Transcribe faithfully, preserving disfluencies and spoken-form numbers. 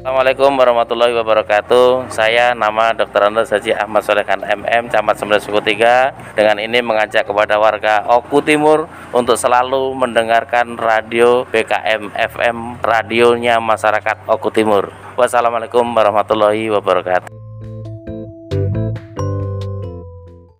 Assalamualaikum warahmatullahi wabarakatuh. Saya nama dokter Andes Haji Ahmad Solekan M M, Camat Sembilan Suku Tiga. Dengan ini mengajak kepada warga Oku Timur untuk selalu mendengarkan radio B K M F M, radionya masyarakat Oku Timur. Wassalamualaikum warahmatullahi wabarakatuh.